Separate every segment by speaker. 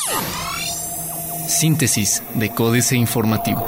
Speaker 1: Síntesis de Códice Informativo.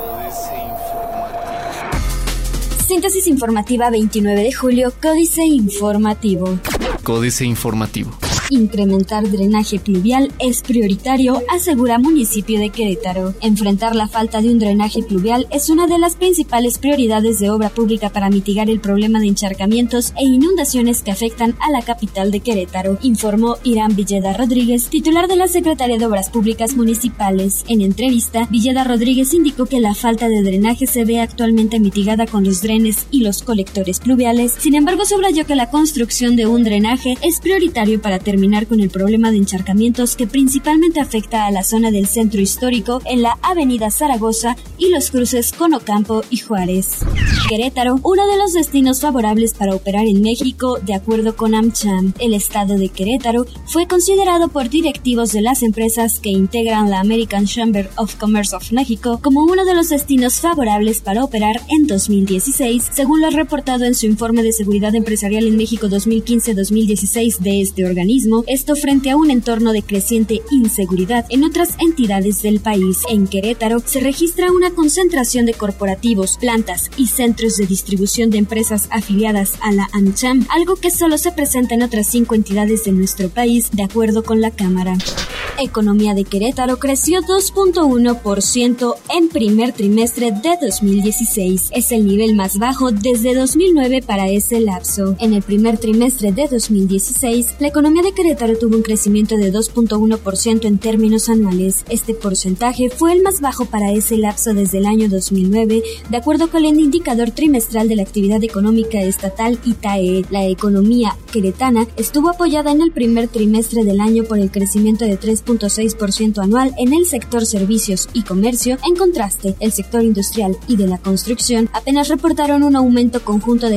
Speaker 2: Síntesis informativa 29 de julio, Códice Informativo.
Speaker 1: Códice Informativo.
Speaker 2: Incrementar drenaje pluvial es prioritario, asegura municipio de Querétaro. Enfrentar la falta de un drenaje pluvial es una de las principales prioridades de obra pública para mitigar el problema de encharcamientos e inundaciones que afectan a la capital de Querétaro, informó Irán Villeda Rodríguez, titular de la Secretaría de Obras Públicas Municipales. En entrevista, Villeda Rodríguez indicó que la falta de drenaje se ve actualmente mitigada con los drenes y los colectores pluviales. Sin embargo, subrayó que la construcción de un drenaje es prioritario para terminar con el problema de encharcamientos que principalmente afecta a la zona del centro histórico en la avenida Zaragoza y los cruces con Ocampo y Juárez. Querétaro, uno de los destinos favorables para operar en México, de acuerdo con AmCham. El estado de Querétaro fue considerado por directivos de las empresas que integran la American Chamber of Commerce of México como uno de los destinos favorables para operar en 2016, según lo reportado en su informe de seguridad empresarial en México 2015-2016 de este organismo. Esto frente a un entorno de creciente inseguridad en otras entidades del país. En Querétaro se registra una concentración de corporativos, plantas y centros de distribución de empresas afiliadas a la AmCham, algo que solo se presenta en otras 5 entidades de nuestro país, de acuerdo con la Cámara. Economía de Querétaro creció 2.1% en primer trimestre de 2016. Es el nivel más bajo desde 2009 para ese lapso. En el primer trimestre de 2016, la economía de Querétaro tuvo un crecimiento de 2.1% en términos anuales. Este porcentaje fue el más bajo para ese lapso desde el año 2009, de acuerdo con el indicador trimestral de la actividad económica estatal ITAE. La economía queretana estuvo apoyada en el primer trimestre del año por el crecimiento de 3.6% anual en el sector servicios y comercio. En contraste, el sector industrial y de la construcción apenas reportaron un aumento conjunto de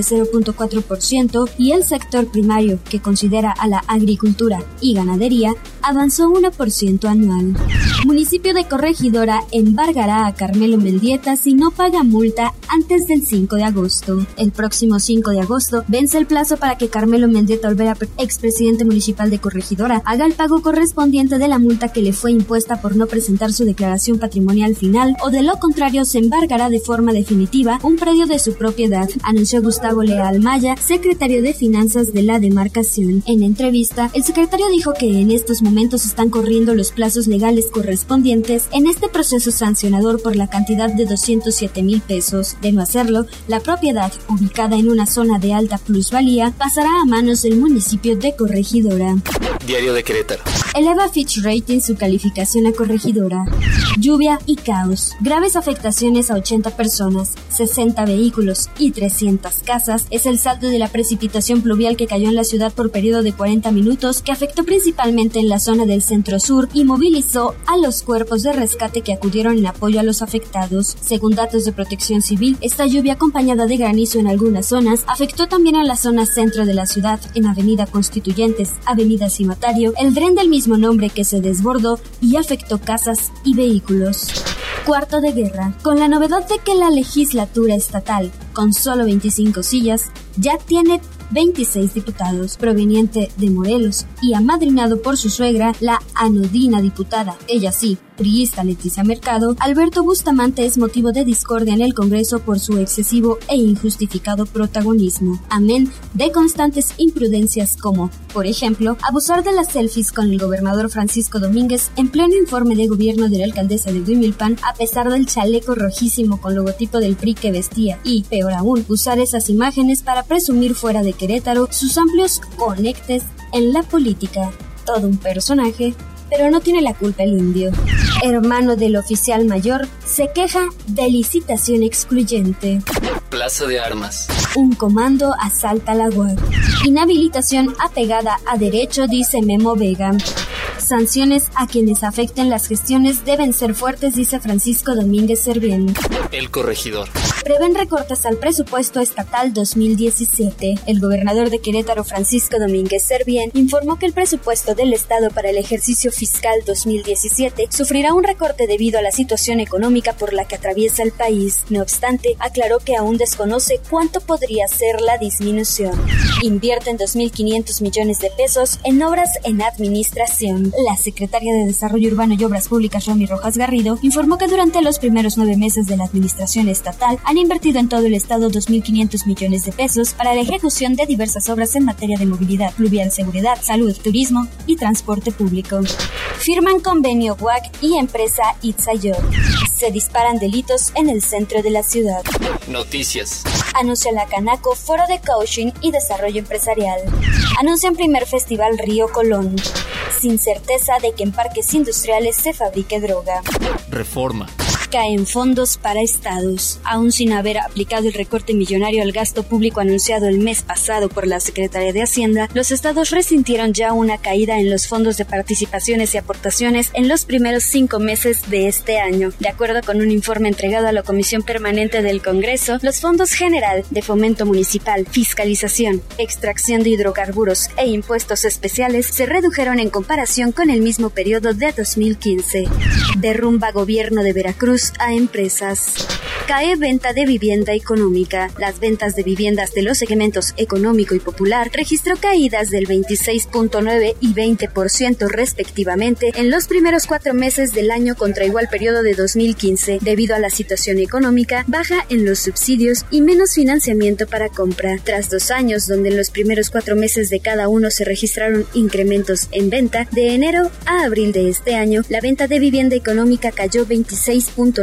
Speaker 2: 0.4% y el sector primario, que considera a la agricultura y ganadería, avanzó 1% anual. Municipio de Corregidora embargará a Carmelo Mendieta si no paga multa antes del 5 de agosto. El próximo 5 de agosto vence el plazo para que Carmelo Mendieta Olvera, expresidente municipal de Corregidora, haga el pago correspondiente de la multa que le fue impuesta por no presentar su declaración patrimonial final, o de lo contrario se embargará de forma definitiva un predio de su propiedad, anunció Gustavo Leal Maya, secretario de Finanzas de la demarcación. En entrevista, el secretario dijo que en estos momentos están corriendo los plazos legales correspondientes en este proceso sancionador por la cantidad de 207,000 pesos. De no hacerlo, la propiedad, ubicada en una zona de alta plusvalía, pasará a manos del municipio de Corregidora.
Speaker 1: Diario de Querétaro.
Speaker 2: Eleva Fitch Rating su calificación a Corregidora. Lluvia y caos. Graves afectaciones a 80 personas, 60 vehículos y 300 casas es el saldo de la precipitación pluvial que cayó en la ciudad por periodo de 40 minutos, que afectó principalmente en la zona del centro-sur y movilizó a los cuerpos de rescate que acudieron en apoyo a los afectados. Según datos de Protección Civil, esta lluvia acompañada de granizo en algunas zonas afectó también a la zona centro de la ciudad, en Avenida Constituyentes, Avenida Cimatario, el dren del mismo nombre que se desbordó y afectó casas y vehículos. Cuarto de guerra. Con la novedad de que la legislatura estatal, con solo 25 sillas, ya tiene 26 diputados, proveniente de Morelos y amadrinado por su suegra, la anodina diputada, ella sí, priista Leticia Mercado, Alberto Bustamante es motivo de discordia en el Congreso por su excesivo e injustificado protagonismo, amén de constantes imprudencias como, por ejemplo, abusar de las selfies con el gobernador Francisco Domínguez en pleno informe de gobierno de la alcaldesa de Huimilpan, a pesar del chaleco rojísimo con logotipo del PRI que vestía, y, peor aún, usar esas imágenes para presumir fuera de Querétaro sus amplios conectes en la política. Todo un personaje, pero no tiene la culpa el indio. Hermano del oficial mayor se queja de licitación excluyente.
Speaker 1: Plaza de Armas.
Speaker 2: Un comando asalta la UAG. Inhabilitación apegada a derecho, dice Memo Vega. Sanciones a quienes afecten las gestiones deben ser fuertes, dice Francisco Domínguez Servién.
Speaker 1: El Corregidor.
Speaker 2: Prevén recortes al presupuesto estatal 2017. El gobernador de Querétaro, Francisco Domínguez Servién, informó que el presupuesto del estado para el ejercicio fiscal 2017 sufrirá un recorte debido a la situación económica por la que atraviesa el país. No obstante, aclaró que aún desconoce cuánto podría ser la disminución. Invierten 2.500 millones de pesos en obras en administración. la secretaria de Desarrollo Urbano y Obras Públicas, Romy Rojas Garrido, informó que durante los primeros 9 meses de la administración estatal han invertido en todo el estado 2.500 millones de pesos para la ejecución de diversas obras en materia de movilidad fluvial, seguridad, salud, turismo y transporte público. Firman convenio WAC y empresa Itzayot. Se disparan delitos en el centro de la ciudad.
Speaker 1: Noticias.
Speaker 2: Anuncia la Canaco Foro de Coaching y Desarrollo Empresarial. Anuncian primer Festival Río Colón. Sin certeza de que en parques industriales se fabrique droga.
Speaker 1: Reforma.
Speaker 2: Caen fondos para estados. Aún sin haber aplicado el recorte millonario al gasto público anunciado el mes pasado por la Secretaría de Hacienda, los estados resintieron ya una caída en los fondos de participaciones y aportaciones en los primeros 5 meses de este año. De acuerdo con un informe entregado a la Comisión Permanente del Congreso, los fondos general de fomento municipal, fiscalización, extracción de hidrocarburos e impuestos especiales se redujeron en comparación con el mismo periodo de 2015. Derrumba gobierno de Veracruz a empresas. Cae venta de vivienda económica. Las ventas de viviendas de los segmentos económico y popular registró caídas del 26.9 y 20% respectivamente en los primeros 4 meses del año contra igual periodo de 2015, debido a la situación económica, baja en los subsidios y menos financiamiento para compra. Tras 2 años donde en los primeros 4 meses de cada uno se registraron incrementos en venta, de enero a abril de este año, la venta de vivienda económica cayó 26.9%.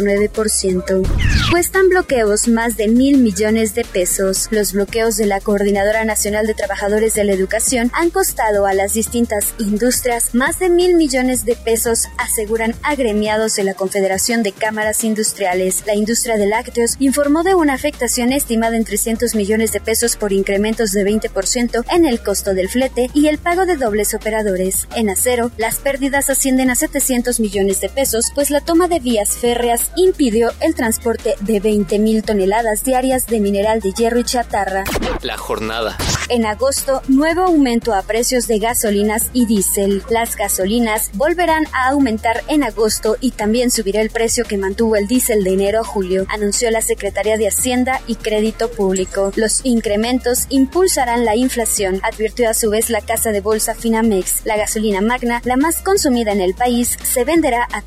Speaker 2: Cuestan bloqueos más de 1.000 millones de pesos. Los bloqueos de la Coordinadora Nacional de Trabajadores de la Educación han costado a las distintas industrias más de 1.000 millones de pesos, aseguran agremiados de la Confederación de Cámaras Industriales. La industria de lácteos informó de una afectación estimada en 300 millones de pesos por incrementos de 20% en el costo del flete y el pago de dobles operadores. En acero, las pérdidas ascienden a 700 millones de pesos, pues la toma de vías férreas impidió el transporte de 20.000 toneladas diarias de mineral de hierro y chatarra.
Speaker 1: La jornada.
Speaker 2: En agosto, nuevo aumento a precios de gasolinas y diésel. Las gasolinas volverán a aumentar en agosto y también subirá el precio que mantuvo el diésel de enero a julio, anunció la Secretaría de Hacienda y Crédito Público. Los incrementos impulsarán la inflación, advirtió a su vez la casa de bolsa Finamex. La gasolina magna, la más consumida en el país, se venderá a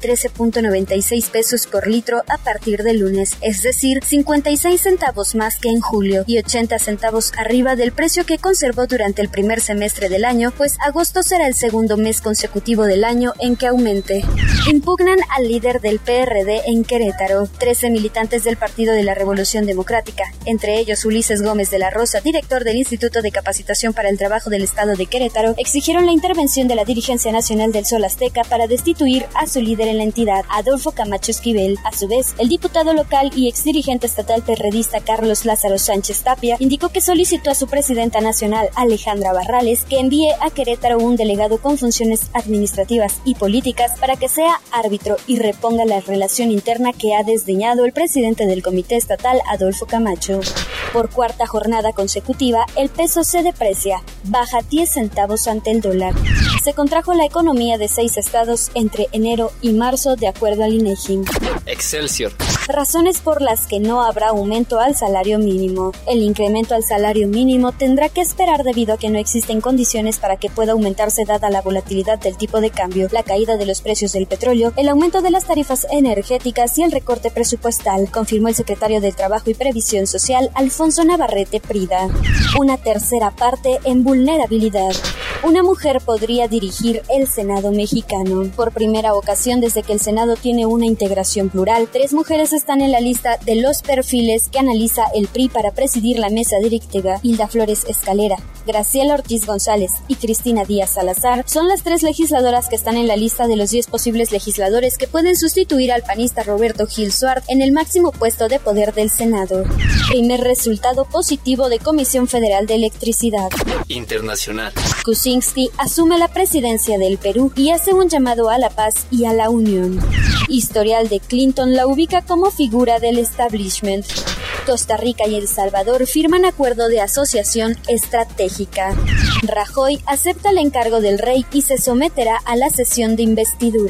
Speaker 2: 13.96 pesos por litro a partir del lunes, es decir, 56 centavos más que en julio y 80 centavos arriba del precio que conservó durante el primer semestre del año, pues agosto será el segundo mes consecutivo del año en que aumente. Impugnan al líder del PRD en Querétaro. 13 militantes del Partido de la Revolución Democrática, entre ellos Ulises Gómez de la Rosa, director del Instituto de Capacitación para el Trabajo del Estado de Querétaro, exigieron la intervención de la dirigencia nacional del Sol Azteca para destituir a su líder en la entidad, Adolfo Camacho Esquivel. A su vez, el diputado local y exdirigente estatal perredista Carlos Lázaro Sánchez Tapia indicó que solicitó a su presidenta nacional, Alejandra Barrales, que envíe a Querétaro un delegado con funciones administrativas y políticas para que sea árbitro y reponga la relación interna que ha desdeñado el presidente del comité estatal, Adolfo Camacho. Por 4ª jornada consecutiva, el peso se deprecia, baja 10 centavos ante el dólar. Se contrajo la economía de 6 estados entre enero y marzo, de acuerdo al INEGI.
Speaker 1: Excelsior.
Speaker 2: Razones por las que no habrá aumento al salario mínimo. El incremento al salario mínimo tendrá que esperar debido a que no existen condiciones para que pueda aumentarse dada la volatilidad del tipo de cambio, la caída de los precios del petróleo, el aumento de las tarifas energéticas y el recorte presupuestal, confirmó el secretario del Trabajo y Previsión Social, Alfonso Navarrete Prida. Una tercera parte en vulnerabilidad. Una mujer podría dirigir el Senado mexicano. Por primera ocasión desde que el Senado tiene una integración plural, 3 mujeres están en la lista de los perfiles que analiza el PRI para presidir la mesa directiva. Hilda Flores Escalera, Graciela Ortiz González y Cristina Díaz Salazar son las 3 legisladoras que están en la lista de los 10 posibles legisladores que pueden sustituir al panista Roberto Gil Suárez en el máximo puesto de poder del Senado. Primer resultado positivo de Comisión Federal de Electricidad.
Speaker 1: Internacional.
Speaker 2: Kuczynski asume la presidencia del Perú y hace un llamado a la paz y a la unión. Historial de Clinton la ubica como figura del establishment. Costa Rica y El Salvador firman acuerdo de asociación estratégica. Rajoy acepta el encargo del rey y se someterá a la sesión de investidura.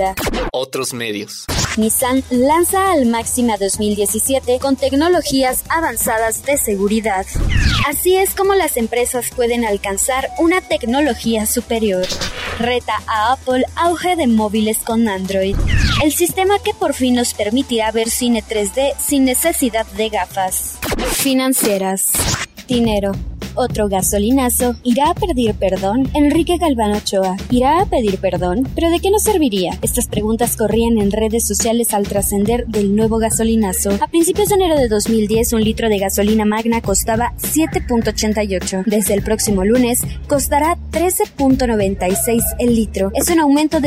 Speaker 1: Otros medios.
Speaker 2: Nissan lanza al Máxima 2017 con tecnologías avanzadas de seguridad. Así es como las empresas pueden alcanzar una tecnología superior. Reta a Apple auge de móviles con Android. El sistema que por fin nos permitirá ver cine 3D sin necesidad de gafas. Financieras. Dinero. Otro gasolinazo. ¿Irá a pedir perdón? Enrique Galván Ochoa. ¿Irá a pedir perdón? ¿Pero de qué nos serviría? Estas preguntas corrían en redes sociales al trascender del nuevo gasolinazo. A principios de enero de 2010, un litro de gasolina Magna costaba 7.88. Desde el próximo lunes, costará 13.96 el litro. Es un aumento de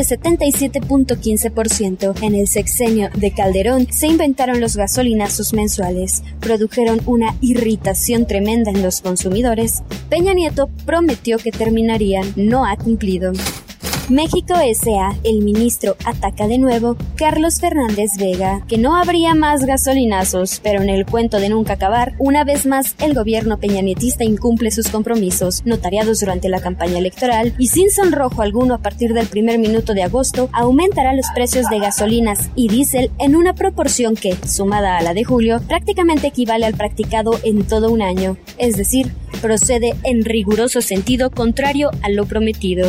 Speaker 2: 77.15%. En el sexenio de Calderón, se inventaron los gasolinazos mensuales. Produjeron una irritación tremenda en los consumidores. Peña Nieto prometió que terminarían, no ha cumplido. México S.A. El ministro ataca de nuevo. Carlos Fernández Vega, que no habría más gasolinazos, pero en el cuento de nunca acabar, una vez más el gobierno peñanietista incumple sus compromisos, notariados durante la campaña electoral, y sin sonrojo alguno a partir del primer minuto de agosto, aumentará los precios de gasolinas y diésel en una proporción que, sumada a la de julio, prácticamente equivale al practicado en todo un año, es decir, procede en riguroso sentido contrario a lo prometido.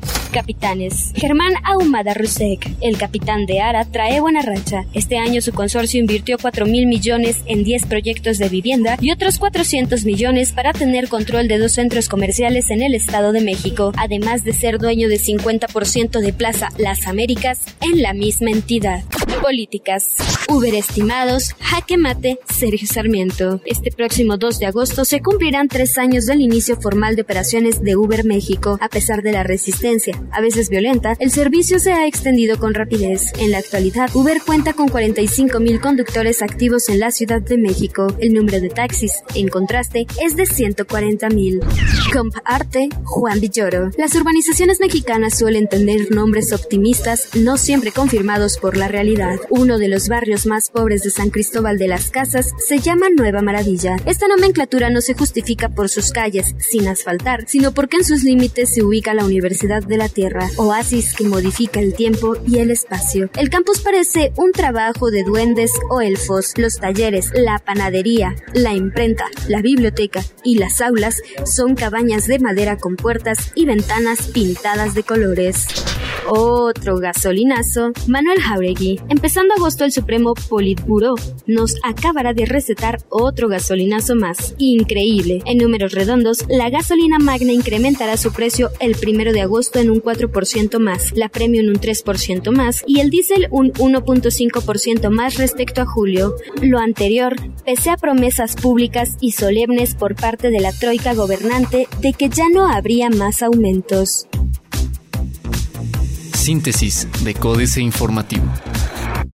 Speaker 2: Capitanes. Germán Ahumada Rusek, el capitán de ARA, trae buena racha. Este año su consorcio invirtió 4.000 millones en 10 proyectos de vivienda y otros 400 millones para tener control de 2 centros comerciales en el Estado de México, además de ser dueño de 50% de Plaza Las Américas en la misma entidad. Políticas. Uber estimados, jaque mate, Sergio Sarmiento. Este próximo 2 de agosto se cumplirán 3 años del inicio formal de operaciones de Uber México. A pesar de la resistencia, a veces violenta, el servicio se ha extendido con rapidez. En la actualidad, Uber cuenta con 45,000 conductores activos en la Ciudad de México. El número de taxis, en contraste, es de 140,000. Comparte, Juan Villoro. Las urbanizaciones mexicanas suelen tener nombres optimistas, no siempre confirmados por la realidad. Uno de los barrios más pobres de San Cristóbal de las Casas se llama Nueva Maravilla. Esta nomenclatura no se justifica por sus calles, sin asfaltar, sino porque en sus límites se ubica la Universidad de la Tierra, oasis que modifica el tiempo y el espacio. El campus parece un trabajo de duendes o elfos. Los talleres, la panadería, la imprenta, la biblioteca y las aulas son cabañas de madera con puertas y ventanas pintadas de colores. Otro gasolinazo, Manuel Jáuregui. Empezando agosto, el Supremo Politburó nos acabará de recetar otro gasolinazo más. Increíble. En números redondos, la gasolina Magna incrementará su precio el 1 de agosto en un 4% más, la Premium un 3% más y el diésel un 1.5% más respecto a julio. Lo anterior, pese a promesas públicas y solemnes por parte de la troika gobernante de que ya no habría más aumentos.
Speaker 1: Síntesis de Códice Informativo.